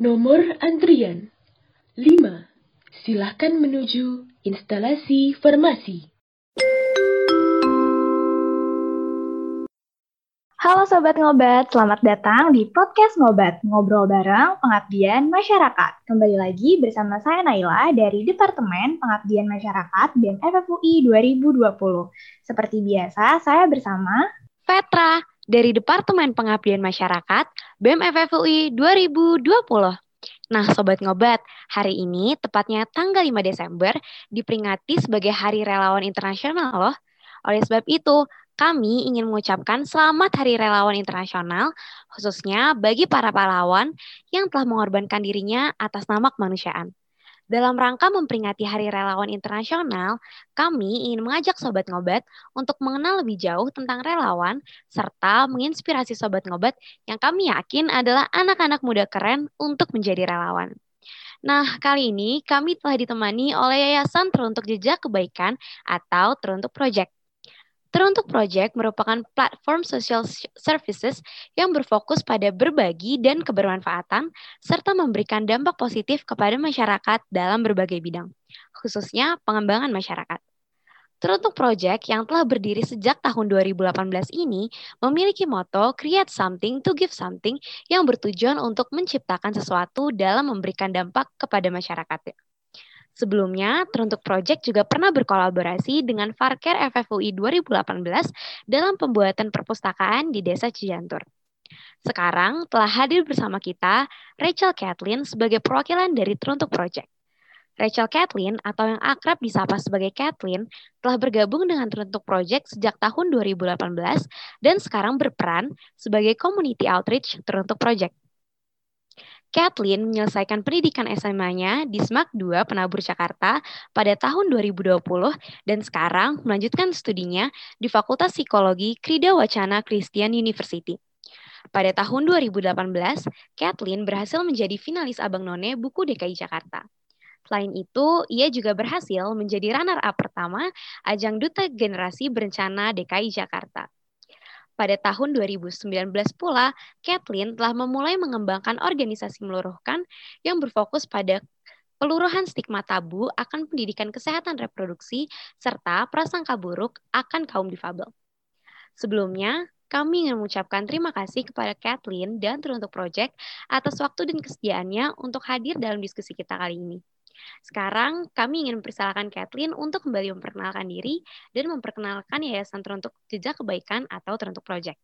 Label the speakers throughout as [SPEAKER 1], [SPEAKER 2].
[SPEAKER 1] Nomor antrian 5. Silakan menuju instalasi farmasi.
[SPEAKER 2] Halo Sobat Ngobat, selamat datang di podcast Ngobat, ngobrol bareng pengabdian masyarakat. Kembali lagi bersama saya Naila dari Departemen Pengabdian Masyarakat BEM FFUI 2020. Seperti biasa, saya bersama
[SPEAKER 3] Petra dari Departemen Pengabdian Masyarakat BEM FFUI 2020. Nah Sobat Ngobat, hari ini tepatnya tanggal 5 Desember diperingati sebagai Hari Relawan Internasional loh. Oleh sebab itu, kami ingin mengucapkan selamat Hari Relawan Internasional, khususnya bagi para pahlawan yang telah mengorbankan dirinya atas nama kemanusiaan. Dalam rangka memperingati Hari Relawan Internasional, kami ingin mengajak Sobat Ngobat untuk mengenal lebih jauh tentang relawan, serta menginspirasi Sobat Ngobat yang kami yakin adalah anak-anak muda keren untuk menjadi relawan. Nah, kali ini kami telah ditemani oleh Yayasan Teruntuk Jejak Kebaikan atau Teruntuk Project. Teruntuk Project merupakan platform social services yang berfokus pada berbagi dan kebermanfaatan, serta memberikan dampak positif kepada masyarakat dalam berbagai bidang, khususnya pengembangan masyarakat. Teruntuk Project yang telah berdiri sejak tahun 2018 ini memiliki moto Create Something to Give Something yang bertujuan untuk menciptakan sesuatu dalam memberikan dampak kepada masyarakat. Sebelumnya, Teruntuk Project juga pernah berkolaborasi dengan Farker FFUI 2018 dalam pembuatan perpustakaan di Desa Cijantur. Sekarang telah hadir bersama kita Rachel Kathleen sebagai perwakilan dari Teruntuk Project. Rachel Kathleen atau yang akrab disapa sebagai Kathleen telah bergabung dengan Teruntuk Project sejak tahun 2018 dan sekarang berperan sebagai Community Outreach Teruntuk Project. Kathleen menyelesaikan pendidikan SMA-nya di SMAK 2 Penabur Jakarta pada tahun 2020 dan sekarang melanjutkan studinya di Fakultas Psikologi Krida Wacana Christian University. Pada tahun 2018, Kathleen berhasil menjadi finalis Abang None Buku DKI Jakarta. Selain itu, ia juga berhasil menjadi runner-up pertama Ajang Duta Generasi Berencana DKI Jakarta. Pada tahun 2019 pula, Kathleen telah memulai mengembangkan organisasi meluruhkan yang berfokus pada peluruhan stigma tabu akan pendidikan kesehatan reproduksi serta prasangka buruk akan kaum difabel. Sebelumnya, kami ingin mengucapkan terima kasih kepada Kathleen dan Teruntuk Project atas waktu dan kesediaannya untuk hadir dalam diskusi kita kali ini. Sekarang, kami ingin mempersilakan Kathleen untuk kembali memperkenalkan diri dan memperkenalkan Yayasan Teruntuk Jejak Kebaikan atau Teruntuk Project.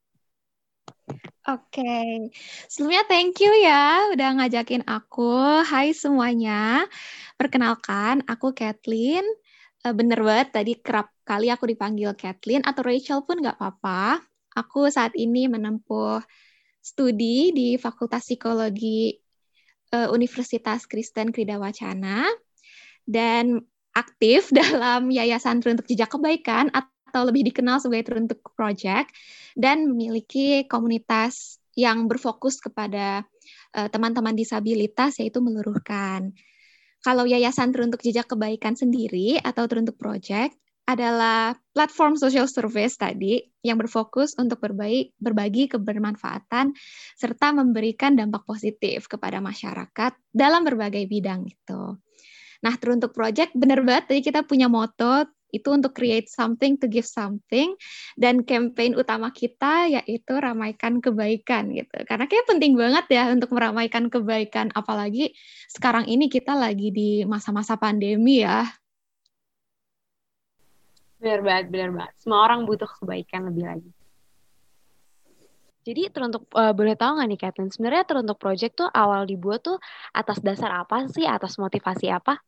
[SPEAKER 4] Oke, sebelumnya thank you ya udah ngajakin aku. Hai semuanya, perkenalkan aku Kathleen. Bener banget tadi kerap kali aku dipanggil Kathleen atau Rachel pun nggak apa-apa. Aku saat ini menempuh studi di Fakultas Psikologi Universitas Kristen Krida Wacana dan aktif dalam Yayasan Teruntuk Jejak Kebaikan atau lebih dikenal sebagai Teruntuk Project dan memiliki komunitas yang berfokus kepada teman-teman disabilitas yaitu meluruhkan. Kalau Yayasan Teruntuk Jejak Kebaikan sendiri atau Teruntuk Project adalah platform social service tadi yang berfokus untuk berbagi kebermanfaatan serta memberikan dampak positif kepada masyarakat dalam berbagai bidang gitu. Nah, Teruntuk Project benar banget tadi kita punya moto itu untuk create something to give something dan campaign utama kita yaitu ramaikan kebaikan gitu. Karena kayak penting banget ya untuk meramaikan kebaikan apalagi sekarang ini kita lagi di masa-masa pandemi ya.
[SPEAKER 3] Benar banget. Semua orang butuh kebaikan lebih lagi. Jadi Teruntuk, boleh tahu nggak nih Kathleen, sebenarnya Teruntuk Project tuh awal dibuat tuh atas dasar apa sih, atas motivasi apa?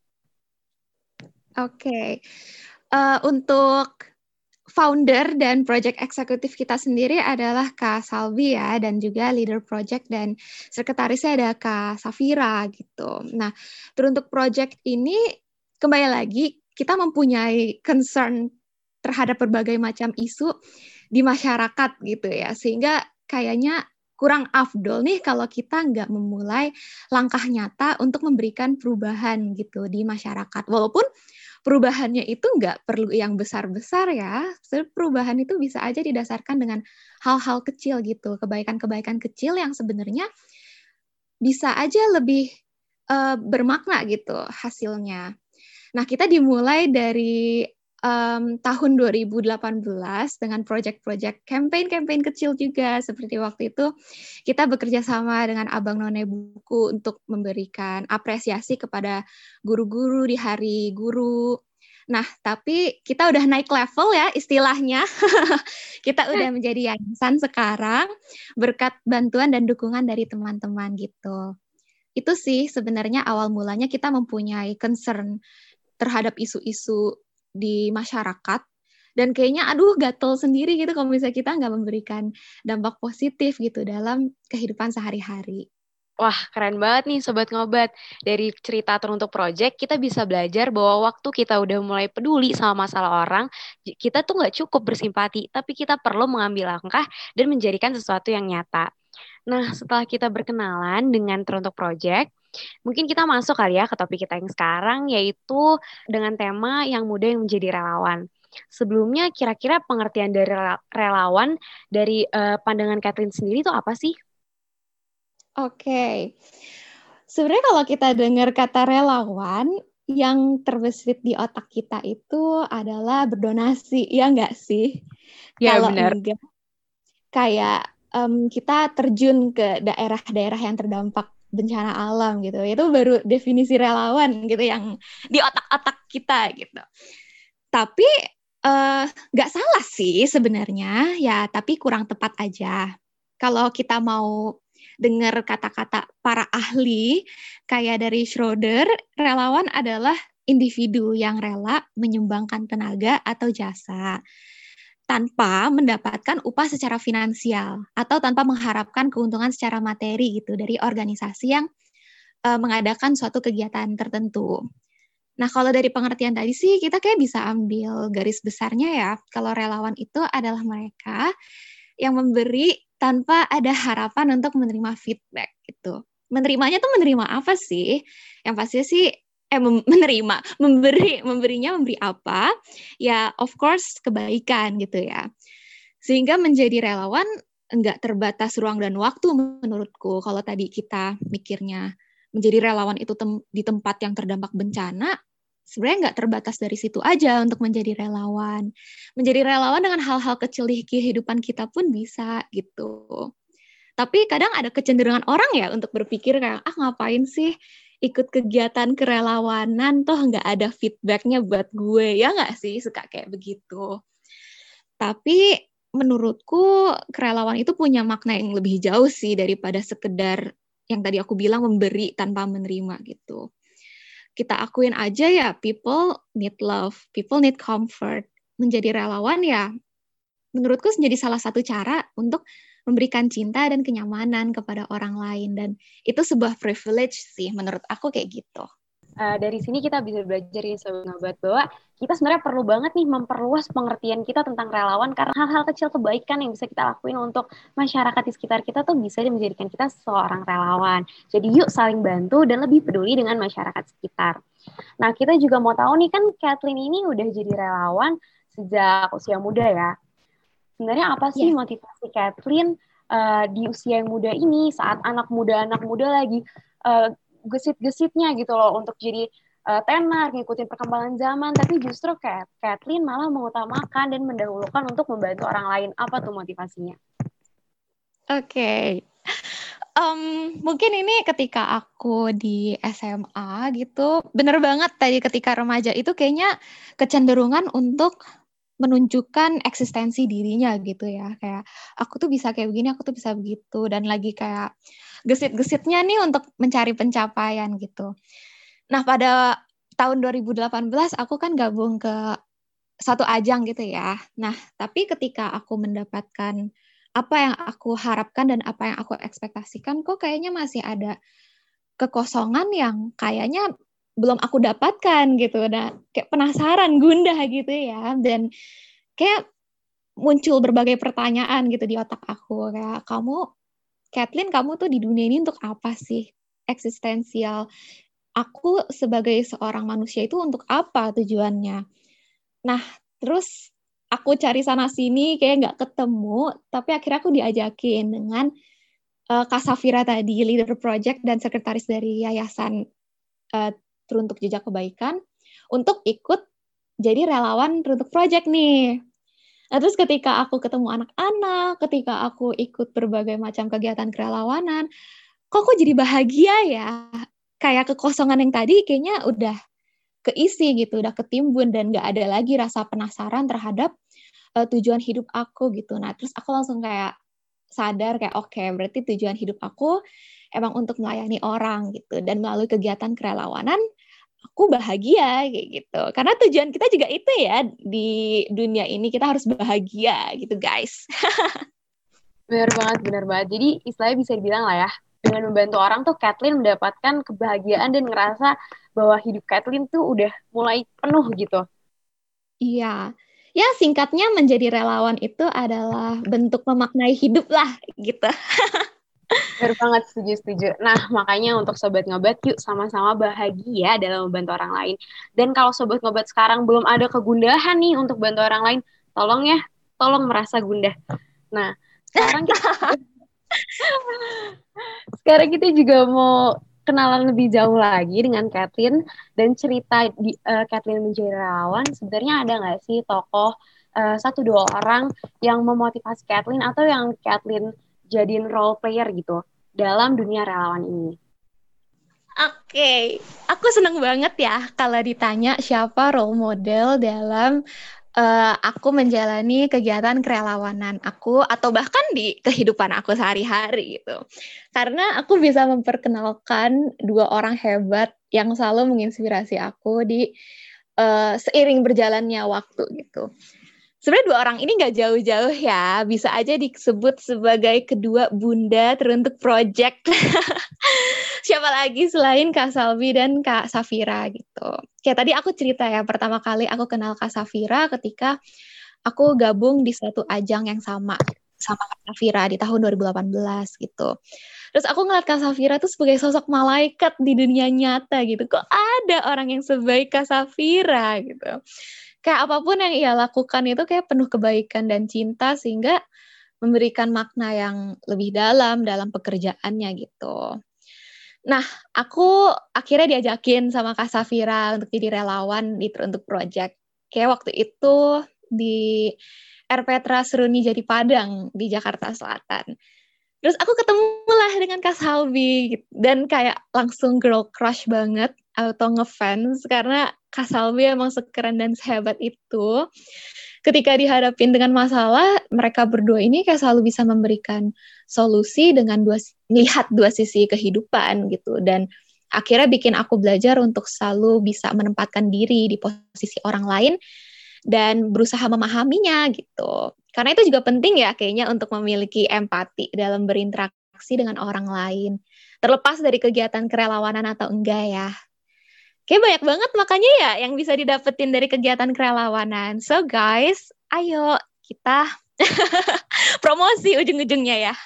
[SPEAKER 4] Oke. Untuk founder dan project eksekutif kita sendiri adalah Kak Salvi ya, dan juga leader project dan sekretarisnya ada Kak Safira gitu. Nah, Teruntuk Project ini kembali lagi kita mempunyai concern terhadap berbagai macam isu di masyarakat gitu ya, sehingga kayaknya kurang afdol nih kalau kita nggak memulai langkah nyata untuk memberikan perubahan gitu di masyarakat. Walaupun perubahannya itu nggak perlu yang besar-besar ya. Perubahan itu bisa aja didasarkan dengan hal-hal kecil gitu, kebaikan-kebaikan kecil yang sebenarnya bisa aja lebih bermakna gitu hasilnya. Nah, kita dimulai dari tahun 2018 dengan project-project campaign kecil juga. Seperti waktu itu kita bekerja sama dengan Abang None Buku untuk memberikan apresiasi kepada guru-guru di Hari Guru. Nah, tapi kita udah naik level ya istilahnya. Kita udah menjadi yayasan sekarang berkat bantuan dan dukungan dari teman-teman gitu. Itu sih sebenarnya awal mulanya kita mempunyai concern terhadap isu-isu di masyarakat, dan kayaknya gatel sendiri gitu kalau misalnya kita nggak memberikan dampak positif gitu dalam kehidupan sehari-hari.
[SPEAKER 3] Wah, keren banget nih Sobat Ngobat. Dari cerita Teruntuk Project, kita bisa belajar bahwa waktu kita udah mulai peduli sama masalah orang, kita tuh nggak cukup bersimpati, tapi kita perlu mengambil langkah dan menjadikan sesuatu yang nyata. Nah, setelah kita berkenalan dengan Teruntuk Project, mungkin kita masuk kali ya ke topik kita yang sekarang, yaitu dengan tema yang muda yang menjadi relawan. Sebelumnya, kira-kira pengertian dari relawan dari pandangan Kathleen sendiri itu apa sih?
[SPEAKER 4] Oke. Sebenarnya kalau kita dengar kata relawan, yang terbesit di otak kita itu adalah berdonasi, ya nggak sih?
[SPEAKER 3] Ya,
[SPEAKER 4] Kalau
[SPEAKER 3] benar.
[SPEAKER 4] enggak, kayak kita terjun ke daerah-daerah yang terdampak bencana alam gitu. Itu baru definisi relawan gitu yang di otak-otak kita gitu. Tapi nggak salah sih sebenarnya, ya tapi kurang tepat aja. Kalau kita mau dengar kata-kata para ahli, kayak dari Schroeder, relawan adalah individu yang rela menyumbangkan tenaga atau jasa tanpa mendapatkan upah secara finansial atau tanpa mengharapkan keuntungan secara materi gitu dari organisasi yang mengadakan suatu kegiatan tertentu. Nah, kalau dari pengertian tadi sih kita kayak bisa ambil garis besarnya ya, kalau relawan itu adalah mereka yang memberi tanpa ada harapan untuk menerima feedback gitu. Menerimanya tuh menerima apa sih? Yang pasti sih memberinya apa? Ya of course kebaikan gitu ya. Sehingga menjadi relawan enggak terbatas ruang dan waktu menurutku. Kalau tadi kita mikirnya menjadi relawan itu di tempat yang terdampak bencana, sebenarnya nggak terbatas dari situ aja untuk menjadi relawan. Menjadi relawan dengan hal-hal kecil di kehidupan kita pun bisa gitu. Tapi kadang ada kecenderungan orang ya untuk berpikir kayak, ngapain sih ikut kegiatan kerelawanan, toh nggak ada feedbacknya buat gue. Ya nggak sih, suka kayak begitu. Tapi menurutku kerelawan itu punya makna yang lebih jauh sih daripada sekedar yang tadi aku bilang memberi tanpa menerima gitu. Kita akuin aja ya, people need love, people need comfort. Menjadi relawan ya, menurutku menjadi salah satu cara untuk memberikan cinta dan kenyamanan kepada orang lain. Dan itu sebuah privilege sih, menurut aku kayak gitu.
[SPEAKER 3] Dari sini kita bisa belajar nih Sobat Ngobat bahwa kita sebenarnya perlu banget nih memperluas pengertian kita tentang relawan, karena hal-hal kecil kebaikan yang bisa kita lakuin untuk masyarakat di sekitar kita tuh bisa menjadikan kita seorang relawan. Jadi yuk saling bantu dan lebih peduli dengan masyarakat sekitar. Nah, kita juga mau tahu nih, kan Kathleen ini udah jadi relawan sejak usia muda ya. Sebenarnya apa sih motivasi Kathleen di usia yang muda ini, saat anak muda lagi gesit-gesitnya gitu loh untuk jadi tenar, ngikutin perkembangan zaman, tapi justru Kathleen malah mengutamakan dan mendahulukan untuk membantu orang lain. Apa tuh motivasinya?
[SPEAKER 4] Oke. Mungkin ini ketika aku di SMA gitu, bener banget tadi ketika remaja itu kayaknya kecenderungan untuk menunjukkan eksistensi dirinya gitu ya. Kayak aku tuh bisa kayak begini, aku tuh bisa begitu. Dan lagi kayak gesit-gesitnya nih untuk mencari pencapaian gitu. Nah, pada tahun 2018 aku kan gabung ke satu ajang gitu ya. Nah, tapi ketika aku mendapatkan apa yang aku harapkan dan apa yang aku ekspektasikan, kok kayaknya masih ada kekosongan yang kayaknya belum aku dapatkan gitu. Dan kayak penasaran, gundah gitu ya. Dan kayak muncul berbagai pertanyaan gitu di otak aku. Kayak Kathleen, kamu tuh di dunia ini untuk apa sih? Eksistensial. Aku sebagai seorang manusia itu untuk apa tujuannya? Nah, terus aku cari sana-sini kayak nggak ketemu, tapi akhirnya aku diajakin dengan Kak Safira tadi, leader project dan sekretaris dari Yayasan Teruntuk Jejak Kebaikan, untuk ikut jadi relawan Teruntuk Project nih. Nah, terus ketika aku ketemu anak-anak, ketika aku ikut berbagai macam kegiatan kerelawanan, kok aku jadi bahagia ya? Kayak kekosongan yang tadi kayaknya udah keisi gitu, udah ketimbun, dan gak ada lagi rasa penasaran terhadap tujuan hidup aku gitu. Nah, terus aku langsung kayak sadar kayak oke, berarti tujuan hidup aku emang untuk melayani orang gitu. Dan melalui kegiatan kerelawanan, aku bahagia kayak gitu. Karena tujuan kita juga itu ya, di dunia ini kita harus bahagia gitu guys.
[SPEAKER 3] Benar banget. Jadi istilahnya bisa dibilang lah ya, dengan membantu orang tuh Kathleen mendapatkan kebahagiaan dan ngerasa bahwa hidup Kathleen tuh udah mulai penuh gitu.
[SPEAKER 4] Iya. Ya singkatnya menjadi relawan itu adalah bentuk memaknai hidup lah gitu.
[SPEAKER 3] Benar banget, setuju. Nah, makanya untuk Sobat Ngobat, yuk sama-sama bahagia dalam membantu orang lain. Dan kalau Sobat Ngobat sekarang belum ada kegundahan nih untuk bantu orang lain, tolong merasa gundah. Nah, sekarang kita juga mau kenalan lebih jauh lagi dengan Kathleen dan cerita Kathleen menjadi relawan. Sebenarnya ada nggak sih tokoh 1-2 orang yang memotivasi Kathleen atau yang Kathleen jadiin role player gitu dalam dunia relawan ini?
[SPEAKER 4] Oke, aku seneng banget ya kalau ditanya siapa role model dalam aku menjalani kegiatan kerelawanan aku atau bahkan di kehidupan aku sehari-hari gitu. Karena aku bisa memperkenalkan 2 orang hebat yang selalu menginspirasi aku di seiring berjalannya waktu gitu. Sebenarnya 2 orang ini nggak jauh-jauh ya, bisa aja disebut sebagai kedua bunda Teruntuk Project. Siapa lagi selain Kak Salvi dan Kak Safira gitu. Kayak tadi aku cerita ya, pertama kali aku kenal Kak Safira ketika aku gabung di suatu ajang yang sama Kak Safira di tahun 2018 gitu. Terus aku ngeliat Kak Safira tuh sebagai sosok malaikat di dunia nyata gitu. Kok ada orang yang sebaik Kak Safira gitu. Kayak apapun yang ia lakukan itu kayak penuh kebaikan dan cinta sehingga memberikan makna yang lebih dalam pekerjaannya gitu. Nah, aku akhirnya diajakin sama Kak Safira untuk jadi relawan di Teruntuk Project. Kayak waktu itu di RPTRA Seruni Jadi Padang di Jakarta Selatan. Terus aku ketemulah dengan Kak Salvi gitu. Dan kayak langsung girl crush banget atau ngefans karena Kak Salvi emang sekeren dan sehebat itu. Ketika dihadapin dengan masalah, mereka berdua ini kayak selalu bisa memberikan solusi dengan melihat 2 sisi kehidupan gitu. Dan akhirnya bikin aku belajar untuk selalu bisa menempatkan diri di posisi orang lain dan berusaha memahaminya gitu. Karena itu juga penting ya kayaknya untuk memiliki empati dalam berinteraksi dengan orang lain. Terlepas dari kegiatan kerelawanan atau enggak ya. Kayak banyak banget makanya ya yang bisa didapetin dari kegiatan kerelawanan. So guys, ayo kita promosi ujung-ujungnya ya.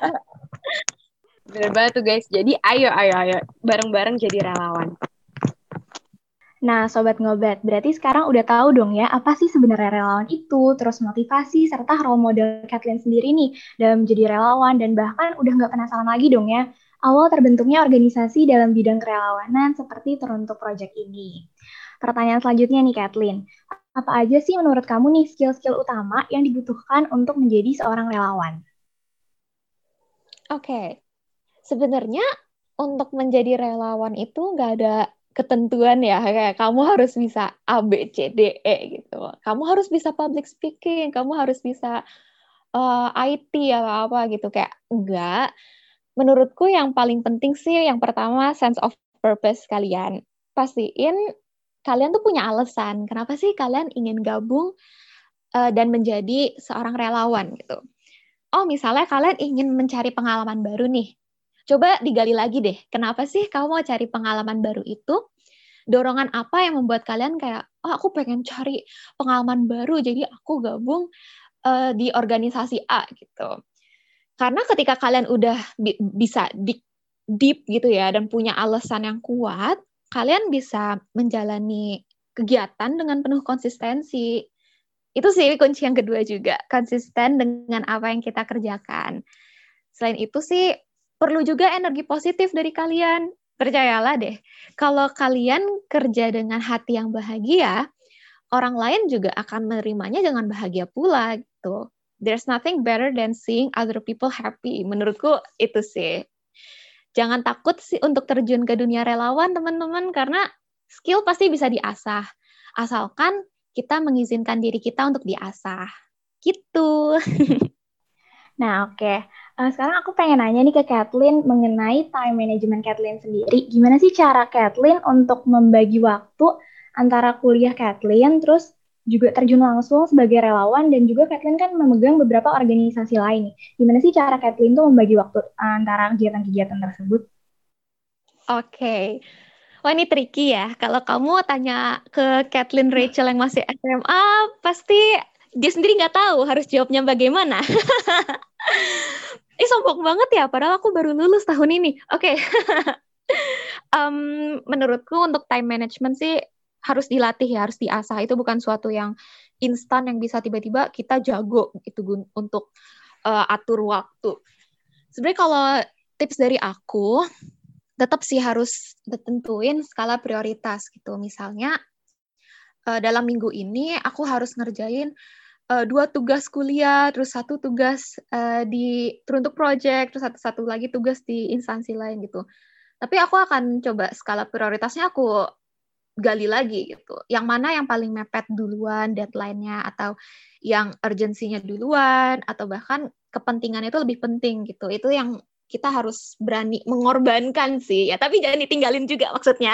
[SPEAKER 3] Bener banget tuh guys. Jadi ayo bareng-bareng jadi relawan.
[SPEAKER 2] Nah, Sobat Ngobat, berarti sekarang udah tahu dong ya, apa sih sebenarnya relawan itu, terus motivasi, serta role model Kathleen sendiri nih dalam menjadi relawan, dan bahkan udah nggak penasaran lagi dong ya, awal terbentuknya organisasi dalam bidang kerelawanan seperti Teruntuk Project ini. Pertanyaan selanjutnya nih, Kathleen. Apa aja sih menurut kamu nih skill-skill utama yang dibutuhkan untuk menjadi seorang relawan?
[SPEAKER 4] Oke. Sebenarnya untuk menjadi relawan itu nggak ada ketentuan ya, kayak kamu harus bisa A, B, C, D, E gitu. Kamu harus bisa public speaking, kamu harus bisa IT atau apa gitu, kayak enggak. Menurutku yang paling penting sih yang pertama sense of purpose kalian. Pastiin kalian tuh punya alasan, kenapa sih kalian ingin gabung dan menjadi seorang relawan gitu. Oh, misalnya kalian ingin mencari pengalaman baru nih. Coba digali lagi deh, kenapa sih kamu mau cari pengalaman baru itu? Dorongan apa yang membuat kalian kayak, oh aku pengen cari pengalaman baru, jadi aku gabung di organisasi A gitu. Karena ketika kalian udah bisa deep gitu ya, dan punya alasan yang kuat, kalian bisa menjalani kegiatan dengan penuh konsistensi. Itu sih kunci yang kedua juga, konsisten dengan apa yang kita kerjakan. Selain itu sih, perlu juga energi positif dari kalian. Percayalah deh, kalau kalian kerja dengan hati yang bahagia, orang lain juga akan menerimanya dengan bahagia pula gitu. There's nothing better than seeing other people happy. Menurutku itu sih. Jangan takut sih untuk terjun ke dunia relawan, teman-teman, karena skill pasti bisa diasah. Asalkan kita mengizinkan diri kita untuk diasah. Gitu.
[SPEAKER 2] Nah, oke. Sekarang aku pengen nanya nih ke Kathleen mengenai time management Kathleen sendiri. Gimana sih cara Kathleen untuk membagi waktu antara kuliah Kathleen, terus juga terjun langsung sebagai relawan, dan juga Kathleen kan memegang beberapa organisasi lain nih. Gimana sih cara Kathleen tuh membagi waktu antara kegiatan-kegiatan tersebut?
[SPEAKER 4] Oke. Wah, ini tricky ya. Kalau kamu tanya ke Kathleen Rachel yang masih SMA, pasti dia sendiri nggak tahu harus jawabnya bagaimana. Ini sombong banget ya, padahal aku baru lulus tahun ini. Oke. Menurutku untuk time management sih harus dilatih ya, harus diasah. Itu bukan suatu yang instan yang bisa tiba-tiba kita jago gitu untuk atur waktu. Sebenarnya kalau tips dari aku, tetap sih harus ditentuin skala prioritas gitu. Misalnya dalam minggu ini aku harus ngerjain 2 tugas kuliah, terus 1 tugas teruntuk project, terus satu lagi tugas di instansi lain gitu. Tapi aku akan coba skala prioritasnya aku gali lagi gitu. Yang mana yang paling mepet duluan deadline-nya, atau yang urgensinya duluan, atau bahkan kepentingan itu lebih penting gitu. Itu yang kita harus berani mengorbankan sih. Ya, tapi jangan ditinggalin juga maksudnya.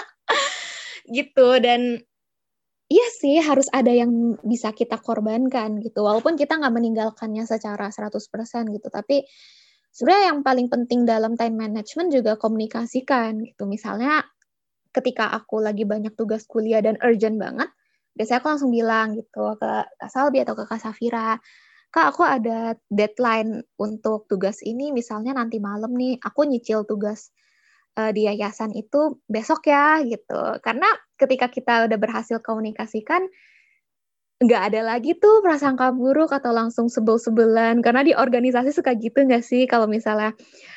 [SPEAKER 4] Gitu. Dan iya sih, harus ada yang bisa kita korbankan gitu. Walaupun kita nggak meninggalkannya secara 100% gitu. Tapi sebenarnya yang paling penting dalam time management juga komunikasikan gitu. Misalnya ketika aku lagi banyak tugas kuliah dan urgent banget, biasanya aku langsung bilang gitu ke Kak Salbi atau ke Kak Safira, Kak, aku ada deadline untuk tugas ini, misalnya nanti malam nih, aku nyicil tugas di yayasan itu besok ya, gitu. Karena ketika kita udah berhasil komunikasikan, nggak ada lagi tuh prasangka buruk atau langsung sebel-sebelan. Karena di organisasi suka gitu nggak sih, kalau misalnya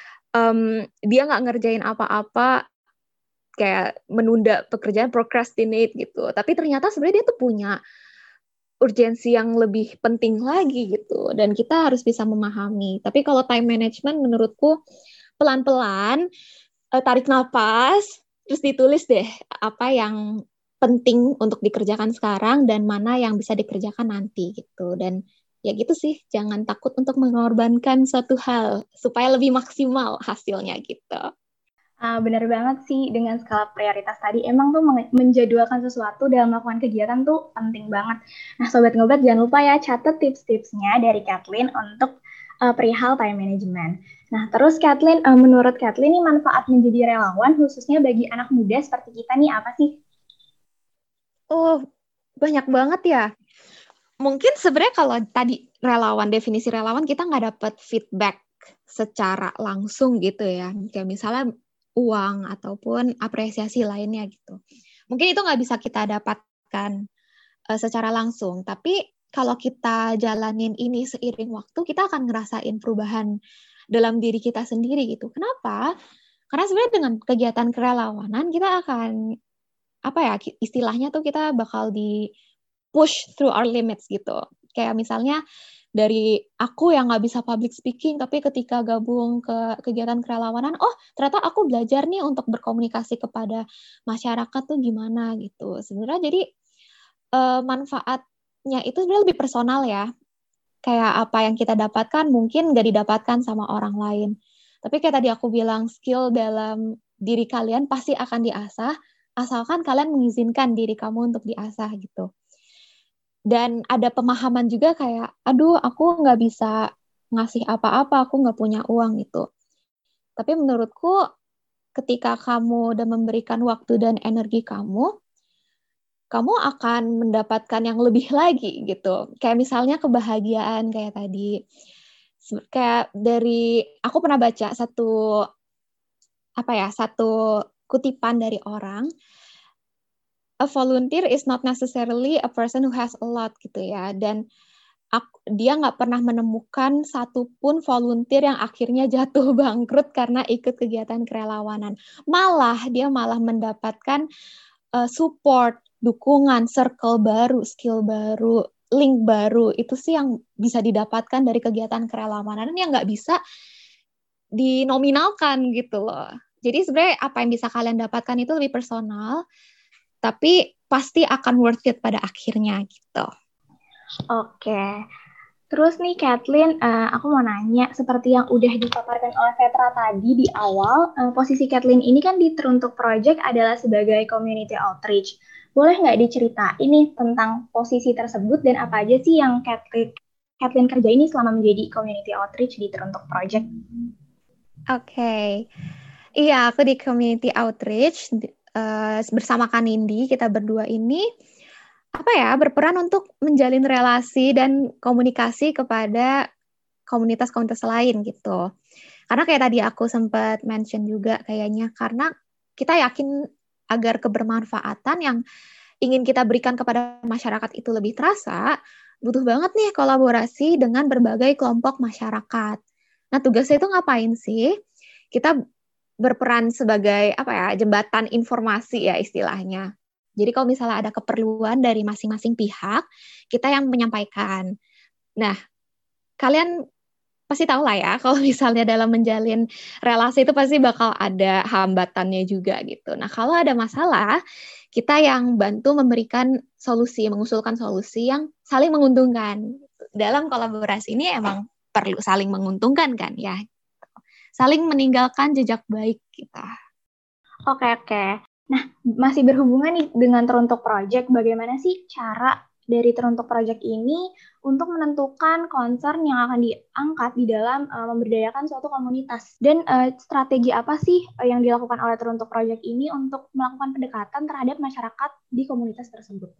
[SPEAKER 4] dia nggak ngerjain apa-apa, kayak menunda pekerjaan, procrastinate gitu. Tapi ternyata sebenarnya dia tuh punya urgensi yang lebih penting lagi gitu. Dan kita harus bisa memahami. Tapi kalau time management menurutku pelan-pelan, tarik nafas, terus ditulis deh apa yang penting untuk dikerjakan sekarang dan mana yang bisa dikerjakan nanti gitu. Dan ya gitu sih, jangan takut untuk mengorbankan suatu hal supaya lebih maksimal hasilnya gitu.
[SPEAKER 2] Benar banget sih, dengan skala prioritas tadi. Emang tuh menjadwalkan sesuatu dalam melakukan kegiatan tuh penting banget. Nah, Sobat Ngobat, jangan lupa ya catat tips-tipsnya dari Kathleen untuk perihal time management. Nah, terus Kathleen, menurut Kathleen nih manfaat menjadi relawan khususnya bagi anak muda seperti kita nih apa sih?
[SPEAKER 4] Oh, banyak banget ya. Mungkin sebenarnya kalau tadi relawan, definisi relawan, kita nggak dapat feedback secara langsung gitu ya. Kayak misalnya uang ataupun apresiasi lainnya gitu. Mungkin itu nggak bisa kita dapatkan secara langsung. Tapi kalau kita jalanin ini seiring waktu, kita akan ngerasain perubahan dalam diri kita sendiri gitu. Kenapa? Karena sebenarnya dengan kegiatan kerelawanan, kita akan, apa ya, istilahnya tuh kita bakal di push through our limits gitu. Kayak misalnya dari aku yang nggak bisa public speaking, tapi ketika gabung ke kegiatan kerelawanan, oh ternyata aku belajar nih untuk berkomunikasi kepada masyarakat tuh gimana gitu. Sebenarnya jadi manfaatnya itu sebenarnya lebih personal ya. Kayak apa yang kita dapatkan mungkin nggak didapatkan sama orang lain. Tapi kayak tadi aku bilang, skill dalam diri kalian pasti akan diasah, asalkan kalian mengizinkan diri kamu untuk diasah gitu. Dan ada pemahaman juga kayak, aduh aku nggak bisa ngasih apa-apa, aku nggak punya uang gitu. Tapi menurutku ketika kamu udah memberikan waktu dan energi kamu akan mendapatkan yang lebih lagi gitu. Kayak misalnya kebahagiaan kayak tadi. Kayak dari, aku pernah baca satu kutipan dari orang, a volunteer is not necessarily a person who has a lot gitu ya. Dan dia nggak pernah menemukan satupun volunteer yang akhirnya jatuh bangkrut karena ikut kegiatan kerelawanan. Dia malah mendapatkan support, dukungan, circle baru, skill baru, link baru. Itu sih yang bisa didapatkan dari kegiatan kerelawanan yang nggak bisa dinominalkan gitu loh. Jadi sebenarnya apa yang bisa kalian dapatkan itu lebih personal, tapi pasti akan worth it pada akhirnya gitu.
[SPEAKER 2] Oke. Terus nih Kathleen, aku mau nanya, seperti yang udah dipaparkan oleh Petra tadi di awal, posisi Kathleen ini kan di Teruntuk Project adalah sebagai community outreach. Boleh nggak diceritain nih tentang posisi tersebut dan apa aja sih yang Kathleen kerja ini selama menjadi community outreach di Teruntuk Project?
[SPEAKER 4] Oke. Iya, aku di community outreach bersama Kanindi, kita berdua ini berperan untuk menjalin relasi dan komunikasi kepada komunitas-komunitas lain gitu. Karena kayak tadi aku sempat mention juga kayaknya, karena kita yakin agar kebermanfaatan yang ingin kita berikan kepada masyarakat itu lebih terasa, butuh banget nih kolaborasi dengan berbagai kelompok masyarakat. Nah, tugasnya itu ngapain sih? Kita berperan sebagai jembatan informasi ya istilahnya. Jadi kalau misalnya ada keperluan dari masing-masing pihak, kita yang menyampaikan. Nah, kalian pasti tahu lah ya, kalau misalnya dalam menjalin relasi itu pasti bakal ada hambatannya juga gitu. Nah, kalau ada masalah, kita yang bantu memberikan solusi, mengusulkan solusi yang saling menguntungkan. Dalam kolaborasi ini emang perlu saling menguntungkan kan ya. Saling meninggalkan jejak baik kita.
[SPEAKER 2] Oke. Nah, masih berhubungan nih dengan Teruntuk Project, bagaimana sih cara dari Teruntuk Project ini untuk menentukan concern yang akan diangkat di dalam memberdayakan suatu komunitas? Dan strategi apa sih yang dilakukan oleh Teruntuk Project ini untuk melakukan pendekatan terhadap masyarakat di komunitas tersebut?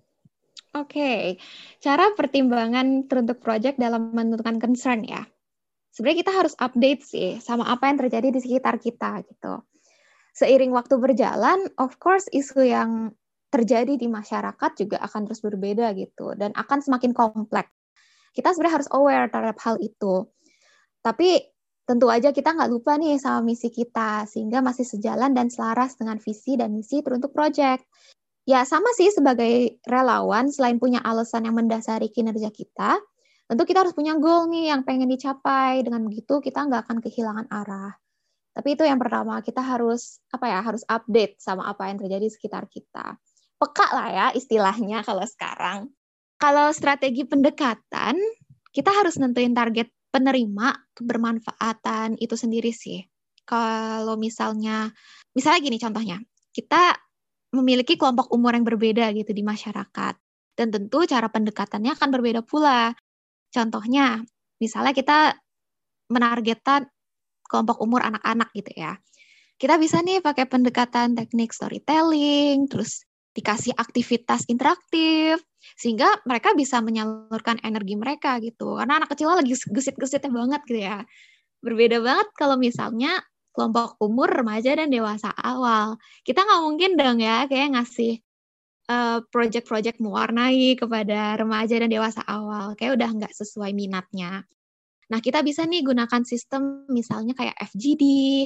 [SPEAKER 4] Oke, cara pertimbangan Teruntuk Project dalam menentukan concern ya. Sebenarnya kita harus update sih sama apa yang terjadi di sekitar kita gitu. Seiring waktu berjalan, of course isu yang terjadi di masyarakat juga akan terus berbeda gitu dan akan semakin kompleks. Kita sebenarnya harus aware terhadap hal itu. Tapi tentu aja kita nggak lupa nih sama misi kita sehingga masih sejalan dan selaras dengan visi dan misi Teruntuk Project. Ya sama sih sebagai relawan, selain punya alasan yang mendasari kinerja kita, tentu kita harus punya goal nih yang pengen dicapai. Dengan begitu kita nggak akan kehilangan arah. Tapi itu yang pertama, kita harus harus update sama apa yang terjadi di sekitar kita. Peka lah ya istilahnya kalau sekarang. Kalau strategi pendekatan, kita harus nentuin target penerima kebermanfaatan itu sendiri sih. Kalau misalnya gini contohnya, kita memiliki kelompok umur yang berbeda gitu di masyarakat. Dan tentu cara pendekatannya akan berbeda pula. Contohnya, misalnya kita menargetkan kelompok umur anak-anak gitu ya. Kita bisa nih pakai pendekatan teknik storytelling, terus dikasih aktivitas interaktif, sehingga mereka bisa menyalurkan energi mereka gitu. Karena anak kecil lagi gesit-gesitnya banget gitu ya. Berbeda banget kalau misalnya kelompok umur remaja dan dewasa awal. Kita nggak mungkin dong ya kayak ngasih project-project mewarnai kepada remaja dan dewasa awal. Kayak udah nggak sesuai minatnya. Nah, kita bisa nih gunakan sistem misalnya kayak FGD,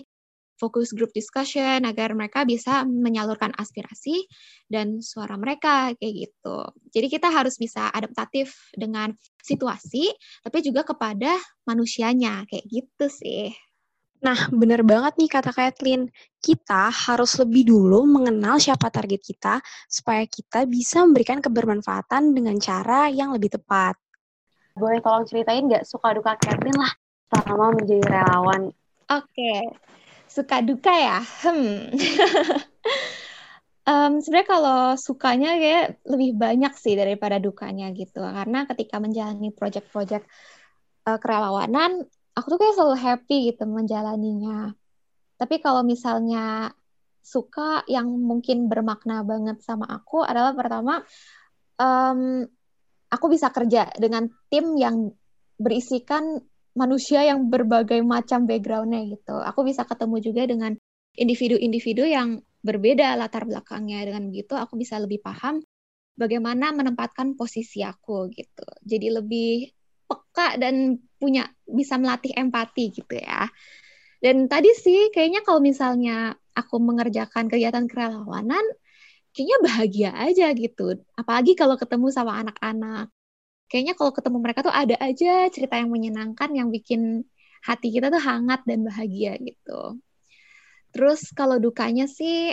[SPEAKER 4] focus group discussion, agar mereka bisa menyalurkan aspirasi dan suara mereka, kayak gitu. Jadi kita harus bisa adaptatif dengan situasi, tapi juga kepada manusianya, kayak gitu sih.
[SPEAKER 3] Nah, benar banget nih kata Kathleen. Kita harus lebih dulu mengenal siapa target kita, supaya kita bisa memberikan kebermanfaatan dengan cara yang lebih tepat. Boleh tolong ceritain nggak suka duka Kathleen lah selama menjadi relawan?
[SPEAKER 4] Oke, suka duka ya? Sebenarnya kalau sukanya kayak lebih banyak sih daripada dukanya gitu. Karena ketika menjalani project-project kerelawanan, aku tuh kayak selalu happy gitu menjalaninya. Tapi kalau misalnya suka yang mungkin bermakna banget sama aku adalah pertama, aku bisa kerja dengan tim yang berisikan manusia yang berbagai macam background-nya gitu. Aku bisa ketemu juga dengan individu-individu yang berbeda latar belakangnya. Dengan begitu aku bisa lebih paham bagaimana menempatkan posisi aku gitu. Jadi lebih peka dan bisa melatih empati gitu ya. Dan tadi sih kayaknya kalau misalnya aku mengerjakan kegiatan kerelawanan, kayaknya bahagia aja gitu. Apalagi kalau ketemu sama anak-anak. Kayaknya kalau ketemu mereka tuh ada aja cerita yang menyenangkan yang bikin hati kita tuh hangat dan bahagia gitu. Terus kalau dukanya sih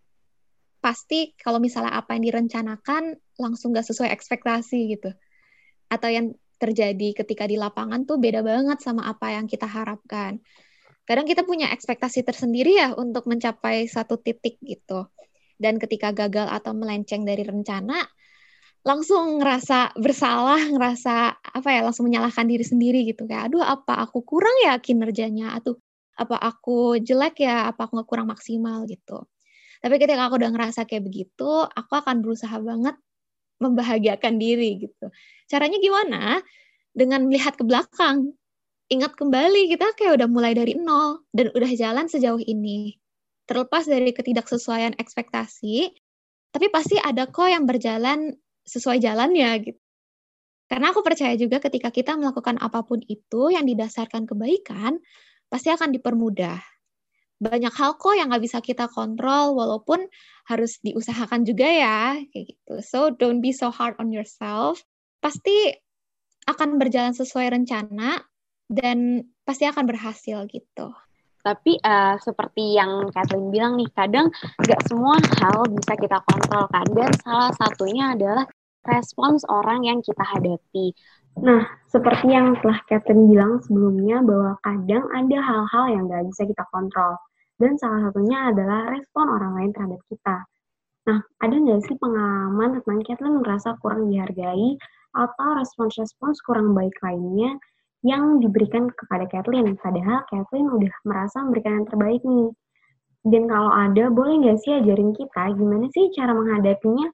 [SPEAKER 4] pasti kalau misalnya apa yang direncanakan langsung gak sesuai ekspektasi gitu. Atau yang terjadi ketika di lapangan tuh beda banget sama apa yang kita harapkan. Kadang kita punya ekspektasi tersendiri ya untuk mencapai satu titik gitu. Dan ketika gagal atau melenceng dari rencana, langsung ngerasa bersalah, langsung menyalahkan diri sendiri gitu. Kayak, aduh apa aku kurang ya kinerjanya, atau apa aku jelek ya, apa aku kurang maksimal gitu. Tapi ketika aku udah ngerasa kayak begitu, aku akan berusaha banget membahagiakan diri gitu. Caranya gimana? Dengan melihat ke belakang. Ingat kembali kita kayak udah mulai dari nol dan udah jalan sejauh ini. Terlepas dari ketidaksesuaian ekspektasi, tapi pasti ada kok yang berjalan sesuai jalannya gitu. Karena aku percaya juga ketika kita melakukan apapun itu yang didasarkan kebaikan, pasti akan dipermudah. Banyak hal kok yang nggak bisa kita kontrol, walaupun harus diusahakan juga ya, kayak gitu. So, don't be so hard on yourself. Pasti akan berjalan sesuai rencana, dan pasti akan berhasil gitu.
[SPEAKER 3] Tapi seperti yang Kathleen bilang nih, kadang nggak semua hal bisa kita kontrol kan. Dan salah satunya adalah respons orang yang kita hadapi.
[SPEAKER 5] Nah, seperti yang telah Kathleen bilang sebelumnya, bahwa kadang ada hal-hal yang nggak bisa kita kontrol. Dan salah satunya adalah respon orang lain terhadap kita. Nah, ada nggak sih pengalaman tentang Kathleen merasa kurang dihargai atau respons-respons kurang baik lainnya yang diberikan kepada Kathleen, padahal Kathleen udah merasa memberikan yang terbaik nih. Dan kalau ada, boleh nggak sih ajarin kita gimana sih cara menghadapinya?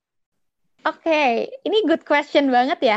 [SPEAKER 4] Oke, ini good question banget ya.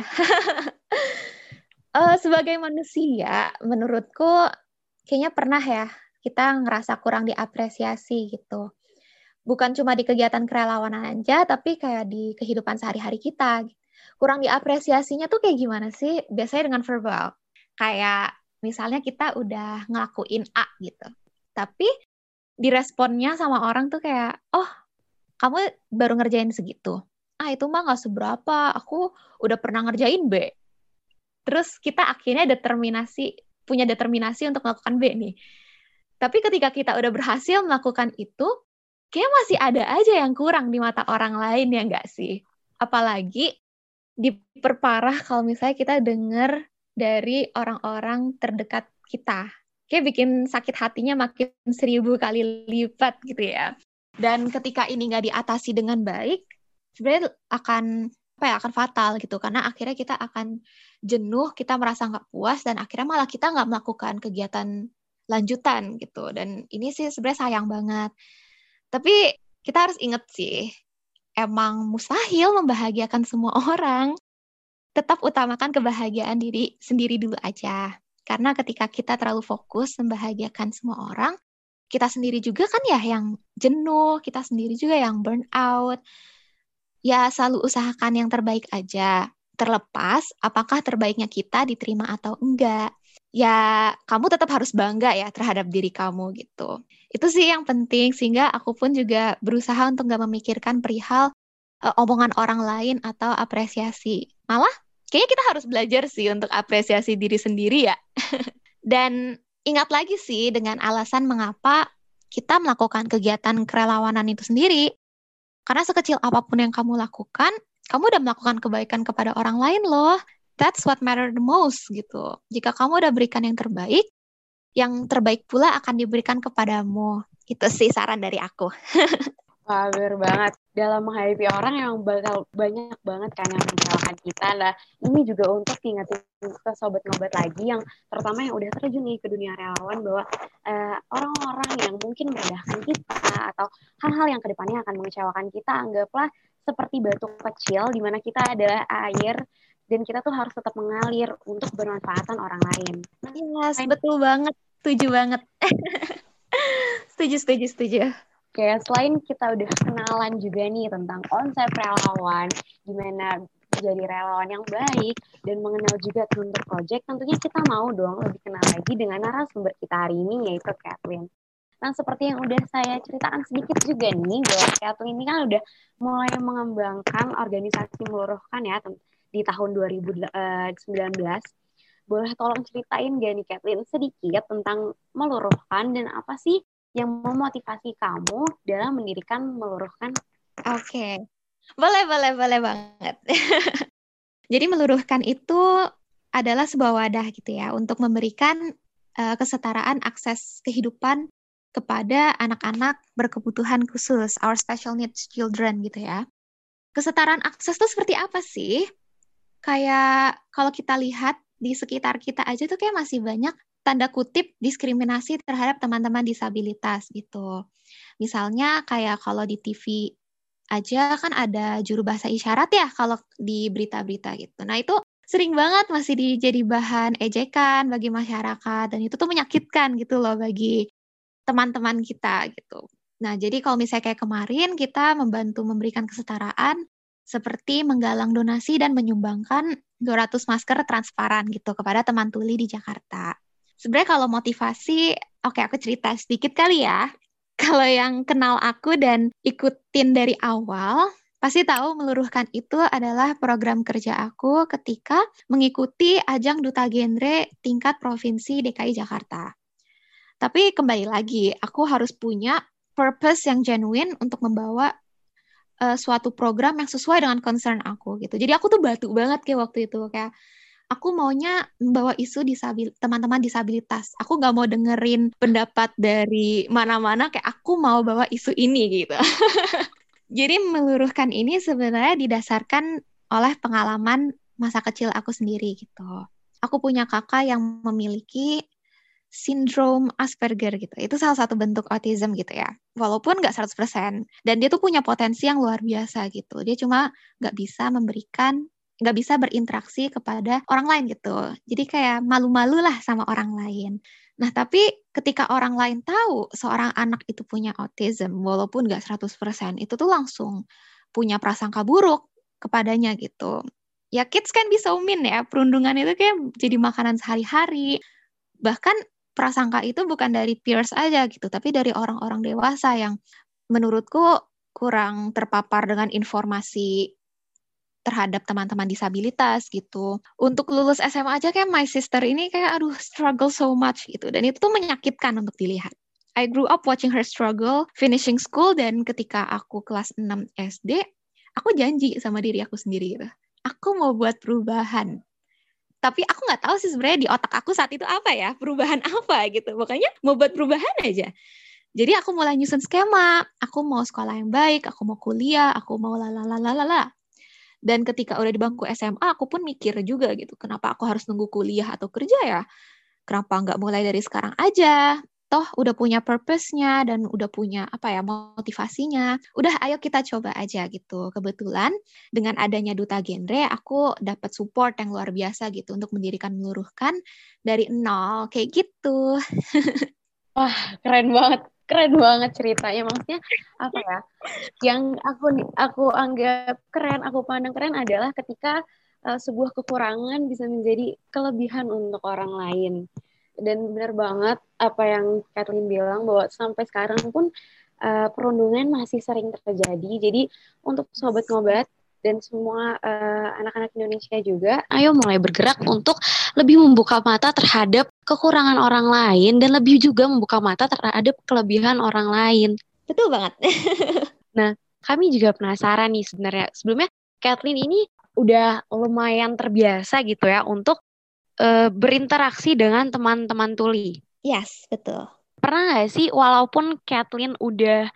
[SPEAKER 4] Sebagai manusia, menurutku kayaknya pernah ya kita ngerasa kurang diapresiasi gitu. Bukan cuma di kegiatan kerelawanan aja, tapi kayak di kehidupan sehari-hari kita. Kurang diapresiasinya tuh kayak gimana sih? Biasanya dengan verbal. Kayak misalnya kita udah ngelakuin A gitu. Tapi diresponnya sama orang tuh kayak, oh kamu baru ngerjain segitu. Ah itu mah gak seberapa, aku udah pernah ngerjain B. Terus kita akhirnya punya determinasi untuk melakukan B nih. Tapi ketika kita udah berhasil melakukan itu, kayak masih ada aja yang kurang di mata orang lain ya nggak sih? Apalagi diperparah kalau misalnya kita dengar dari orang-orang terdekat kita. Kayak bikin sakit hatinya makin 1000 kali lipat gitu ya. Dan ketika ini nggak diatasi dengan baik, sebenarnya akan fatal gitu. Karena akhirnya kita akan jenuh, kita merasa nggak puas, dan akhirnya malah kita nggak melakukan kegiatan lanjutan gitu. Dan ini sih sebenarnya sayang banget. Tapi kita harus ingat sih, emang mustahil membahagiakan semua orang. Tetap utamakan kebahagiaan diri sendiri dulu aja. Karena ketika kita terlalu fokus membahagiakan semua orang, kita sendiri juga kan ya yang jenuh, kita sendiri juga yang burn out. Ya selalu usahakan yang terbaik aja. Terlepas apakah terbaiknya kita diterima atau enggak. Ya kamu tetap harus bangga ya terhadap diri kamu gitu. Itu sih yang penting, sehingga aku pun juga berusaha untuk gak memikirkan perihal omongan orang lain atau apresiasi. Malah kayaknya kita harus belajar sih untuk apresiasi diri sendiri ya. Dan ingat lagi sih dengan alasan mengapa kita melakukan kegiatan kerelawanan itu sendiri. Karena sekecil apapun yang kamu lakukan, kamu udah melakukan kebaikan kepada orang lain loh. That's what matter the most gitu. Jika kamu udah berikan yang terbaik pula akan diberikan kepadamu. Itu sih saran dari aku.
[SPEAKER 3] Wah, bener banget. Dalam menghadapi orang yang bakal banyak banget kan yang mengecewakan kita. Nah, ini juga untuk ingetin ke sobat ngobat lagi yang terutama yang udah terjun nih ke dunia relawan, bahwa orang-orang yang mungkin merendahkan kita atau hal-hal yang kedepannya akan mengecewakan kita, anggaplah seperti batu kecil di mana kita adalah air dan kita tuh harus tetap mengalir untuk bermanfaatan orang lain.
[SPEAKER 4] Yes, betul banget. Setuju banget. Setuju.
[SPEAKER 3] Oke, selain kita udah kenalan juga nih tentang konsep relawan, gimana jadi relawan yang baik dan mengenal juga Truntur Project, tentunya kita mau dong lebih kenal lagi dengan narasumber kita hari ini, yaitu Kathleen. Nah, seperti yang udah saya ceritakan sedikit juga nih, bahwa Kathleen ini kan udah mulai mengembangkan organisasi Meluruhkan ya di tahun 2019. Boleh tolong ceritain gak nih Kathleen sedikit tentang Meluruhkan dan apa sih yang memotivasi kamu dalam mendirikan Meluruhkan?
[SPEAKER 4] Oke. Boleh banget. Jadi Meluruhkan itu adalah sebuah wadah gitu ya untuk memberikan kesetaraan akses kehidupan kepada anak-anak berkebutuhan khusus, our special needs children gitu ya. Kesetaraan akses itu seperti apa sih? Kayak kalau kita lihat di sekitar kita aja tuh kayak masih banyak tanda kutip diskriminasi terhadap teman-teman disabilitas gitu. Misalnya kayak kalau di TV aja kan ada juru bahasa isyarat ya kalau di berita-berita gitu. Nah itu sering banget masih jadi bahan ejekan bagi masyarakat dan itu tuh menyakitkan gitu loh bagi teman-teman kita gitu. Nah jadi kalau misalnya kayak kemarin kita membantu memberikan kesetaraan seperti menggalang donasi dan menyumbangkan 200 masker transparan gitu kepada teman tuli di Jakarta. Sebenarnya kalau motivasi, oke aku cerita sedikit kali ya. Kalau yang kenal aku dan ikutin dari awal, pasti tahu Meluruhkan itu adalah program kerja aku ketika mengikuti ajang Duta Genre tingkat Provinsi DKI Jakarta. Tapi kembali lagi, aku harus punya purpose yang genuine untuk membawa suatu program yang sesuai dengan concern aku gitu. Jadi aku tuh batu banget kayak waktu itu, kayak aku maunya membawa isu teman-teman disabilitas. Aku nggak mau dengerin pendapat dari mana-mana, kayak aku mau bawa isu ini gitu. Jadi Meluruhkan ini sebenarnya didasarkan oleh pengalaman masa kecil aku sendiri gitu. Aku punya kakak yang memiliki sindrom Asperger gitu. Itu salah satu bentuk autism gitu ya. Walaupun nggak 100%. Dan dia tuh punya potensi yang luar biasa gitu. Dia cuma nggak bisa berinteraksi kepada orang lain gitu. Jadi kayak malu-malu lah sama orang lain. Nah, tapi ketika orang lain tahu seorang anak itu punya autism, walaupun nggak 100%, itu tuh langsung punya prasangka buruk kepadanya gitu. Ya kids kan be so mean ya, perundungan itu kayak jadi makanan sehari-hari. Bahkan prasangka itu bukan dari peers aja gitu, tapi dari orang-orang dewasa yang menurutku kurang terpapar dengan informasi terhadap teman-teman disabilitas gitu. Untuk lulus SMA aja kayak my sister ini kayak aduh struggle so much gitu. Dan itu tuh menyakitkan untuk dilihat. I grew up watching her struggle finishing school dan ketika aku kelas 6 SD, aku janji sama diri aku sendiri gitu. Aku mau buat perubahan. Tapi aku nggak tahu sih sebenarnya di otak aku saat itu apa ya, perubahan apa gitu. Makanya mau buat perubahan aja. Jadi aku mulai nyusun skema, aku mau sekolah yang baik, aku mau kuliah, aku mau lalalala. Dan ketika udah di bangku SMA, aku pun mikir juga gitu, kenapa aku harus nunggu kuliah atau kerja ya? Kenapa nggak mulai dari sekarang aja? Toh udah punya purpose-nya dan udah punya motivasinya. Udah ayo kita coba aja gitu. Kebetulan dengan adanya Duta Genre, aku dapat support yang luar biasa gitu untuk mendirikan Meluruhkan dari nol kayak gitu.
[SPEAKER 3] Wah, keren banget ceritanya. Maksudnya apa ya? Yang aku anggap keren, aku pandang keren adalah ketika sebuah kekurangan bisa menjadi kelebihan untuk orang lain. Dan benar banget apa yang Kathleen bilang bahwa sampai sekarang pun perundungan masih sering terjadi. Jadi untuk Sobat Ngobat dan semua anak-anak Indonesia juga, ayo mulai bergerak untuk lebih membuka mata terhadap kekurangan orang lain dan lebih juga membuka mata terhadap kelebihan orang lain.
[SPEAKER 4] Betul banget.
[SPEAKER 3] Nah, kami juga penasaran nih sebenarnya. Sebelumnya Kathleen ini udah lumayan terbiasa gitu ya untuk berinteraksi dengan teman-teman tuli.
[SPEAKER 4] Yes, betul.
[SPEAKER 3] Pernah nggak sih walaupun Kathleen udah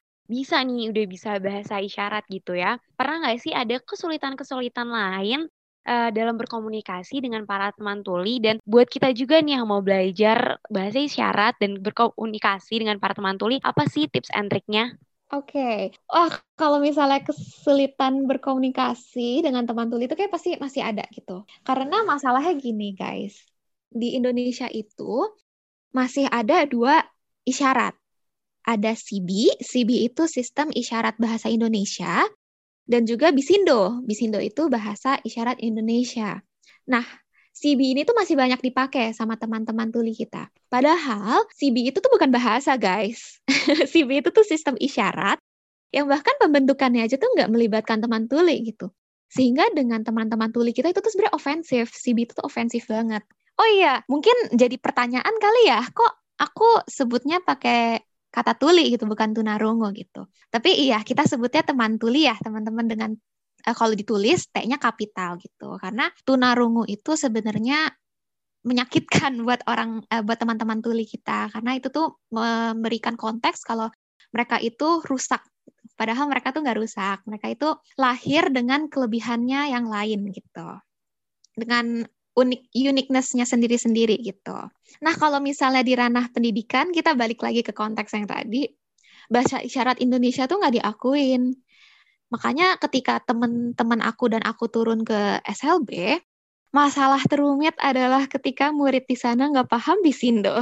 [SPEAKER 3] bisa bahasa isyarat gitu ya, pernah nggak sih ada kesulitan-kesulitan lain dalam berkomunikasi dengan para teman tuli, dan buat kita juga nih yang mau belajar bahasa isyarat dan berkomunikasi dengan para teman tuli, apa sih tips and triknya?
[SPEAKER 4] Oke. Kalau misalnya kesulitan berkomunikasi dengan teman tuli itu kayak pasti masih ada gitu. Karena masalahnya gini guys, di Indonesia itu masih ada 2 isyarat. Ada SIBI itu Sistem Isyarat Bahasa Indonesia, dan juga Bisindo. Bisindo itu bahasa isyarat Indonesia. Nah, CB ini tuh masih banyak dipakai sama teman-teman tuli kita. Padahal CB itu tuh bukan bahasa, guys. CB itu tuh sistem isyarat yang bahkan pembentukannya aja tuh nggak melibatkan teman tuli gitu. Sehingga dengan teman-teman tuli kita itu tuh sebenarnya ofensif. CB itu tuh ofensif banget. Oh iya, mungkin jadi pertanyaan kali ya, kok aku sebutnya pakai kata tuli gitu, bukan tunarungu gitu. Tapi iya, kita sebutnya teman tuli ya, teman-teman dengan kalau ditulis T-nya kapital gitu. Karena tunarungu itu sebenarnya menyakitkan buat buat teman-teman tuli kita, karena itu tuh memberikan konteks kalau mereka itu rusak. Padahal mereka tuh nggak rusak. Mereka itu lahir dengan kelebihannya yang lain gitu. Dengan uniqueness-nya sendiri-sendiri gitu. Nah, kalau misalnya di ranah pendidikan, kita balik lagi ke konteks yang tadi, bahasa isyarat Indonesia tuh nggak diakuin. Makanya ketika teman-teman aku dan aku turun ke SLB, masalah terumit adalah ketika murid di sana nggak paham Bisindo.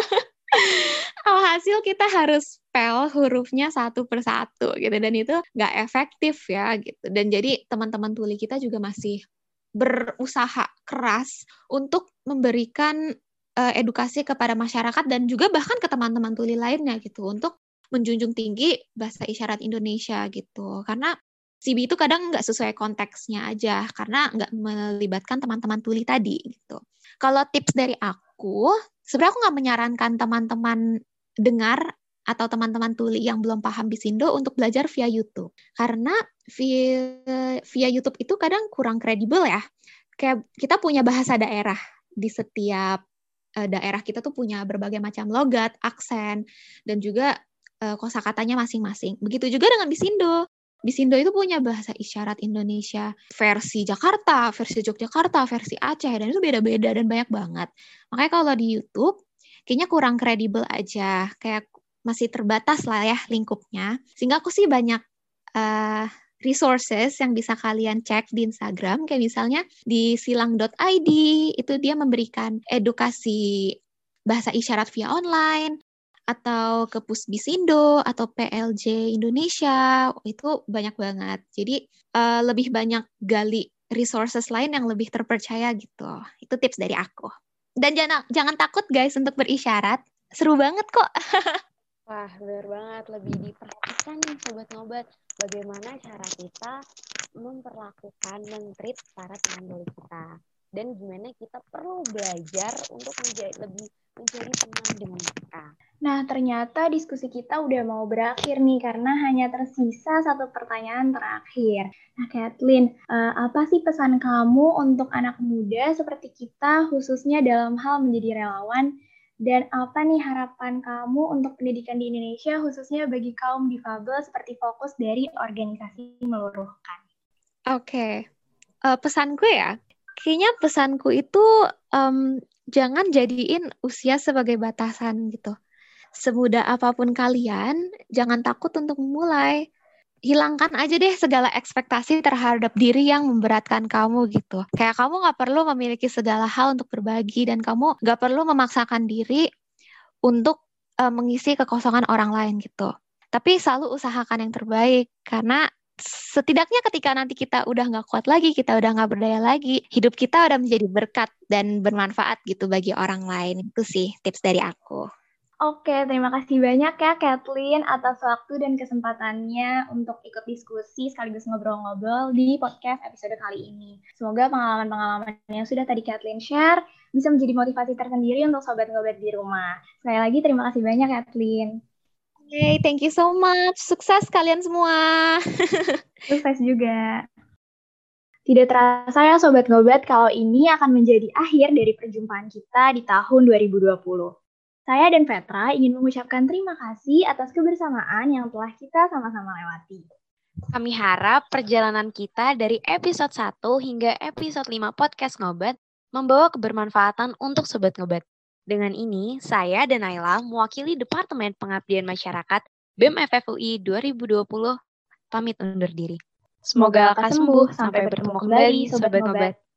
[SPEAKER 4] Alhasil kita harus spell hurufnya satu persatu gitu, dan itu nggak efektif ya gitu. Dan jadi teman-teman tuli kita juga masih berusaha keras untuk memberikan edukasi kepada masyarakat dan juga bahkan ke teman-teman tuli lainnya gitu untuk menjunjung tinggi bahasa isyarat Indonesia gitu. Karena CB itu kadang nggak sesuai konteksnya aja karena nggak melibatkan teman-teman tuli tadi gitu. Kalau tips dari aku, sebenarnya aku nggak menyarankan teman-teman dengar atau teman-teman tuli yang belum paham Bisindo untuk belajar via YouTube. Karena via YouTube itu kadang kurang kredibel ya. Kayak kita punya bahasa daerah. Di setiap daerah kita tuh punya berbagai macam logat, aksen, dan juga kosakatanya masing-masing. Begitu juga dengan Bisindo. Bisindo itu punya bahasa isyarat Indonesia versi Jakarta, versi Yogyakarta, versi Aceh, dan itu beda-beda dan banyak banget. Makanya kalau di YouTube, kayaknya kurang kredibel aja. Kayak masih terbatas lah ya lingkupnya. Sehingga aku sih banyak resources yang bisa kalian cek di Instagram. Kayak misalnya di silang.id, itu dia memberikan edukasi bahasa isyarat via online, atau ke Pusbisindo, atau PLJ Indonesia, itu banyak banget. Jadi lebih banyak gali resources lain yang lebih terpercaya gitu. Itu tips dari aku. Dan jangan takut guys untuk berisyarat. Seru banget kok.
[SPEAKER 3] Wah, benar banget. Lebih diperhatikan nih Sobat Ngobat. Bagaimana cara kita memperlakukan, men-treat para teman tuli kita. Dan gimana kita perlu belajar untuk menjadi teman dengan mereka.
[SPEAKER 2] Nah, ternyata diskusi kita udah mau berakhir nih karena hanya tersisa satu pertanyaan terakhir. Nah, Kathleen, apa sih pesan kamu untuk anak muda seperti kita khususnya dalam hal menjadi relawan? Dan apa nih harapan kamu untuk pendidikan di Indonesia khususnya bagi kaum difabel seperti fokus dari organisasi meluruhkan?
[SPEAKER 4] Oke. Pesanku ya, kayaknya pesanku itu jangan jadiin usia sebagai batasan gitu. Semudah apapun kalian, jangan takut untuk memulai. Hilangkan aja deh segala ekspektasi terhadap diri yang memberatkan kamu gitu. Kayak kamu gak perlu memiliki segala hal untuk berbagi, dan kamu gak perlu memaksakan diri untuk mengisi kekosongan orang lain gitu. Tapi selalu usahakan yang terbaik, karena setidaknya ketika nanti kita udah gak kuat lagi, kita udah gak berdaya lagi, hidup kita udah menjadi berkat dan bermanfaat gitu bagi orang lain. Itu sih tips dari aku.
[SPEAKER 2] Oke, terima kasih banyak ya Kathleen atas waktu dan kesempatannya untuk ikut diskusi sekaligus ngobrol-ngobrol di podcast episode kali ini. Semoga pengalaman-pengalaman yang sudah tadi Kathleen share bisa menjadi motivasi tersendiri untuk Sobat Ngobat di rumah. Sekali lagi terima kasih banyak Kathleen.
[SPEAKER 4] Hey, thank you so much. Sukses kalian semua.
[SPEAKER 2] Sukses juga. Tidak terasa ya Sobat Ngobat, kalau ini akan menjadi akhir dari perjumpaan kita di tahun 2020. Saya dan Petra ingin mengucapkan terima kasih atas kebersamaan yang telah kita sama-sama lewati.
[SPEAKER 3] Kami harap perjalanan kita dari episode 1 hingga episode 5 podcast Ngobat membawa kebermanfaatan untuk Sobat Ngobat. Dengan ini, saya dan Naila mewakili Departemen Pengabdian Masyarakat BEM FFUI 2020 pamit undur diri. Semoga lekas sembuh. Sampai bertemu kembali Sobat Ngobat.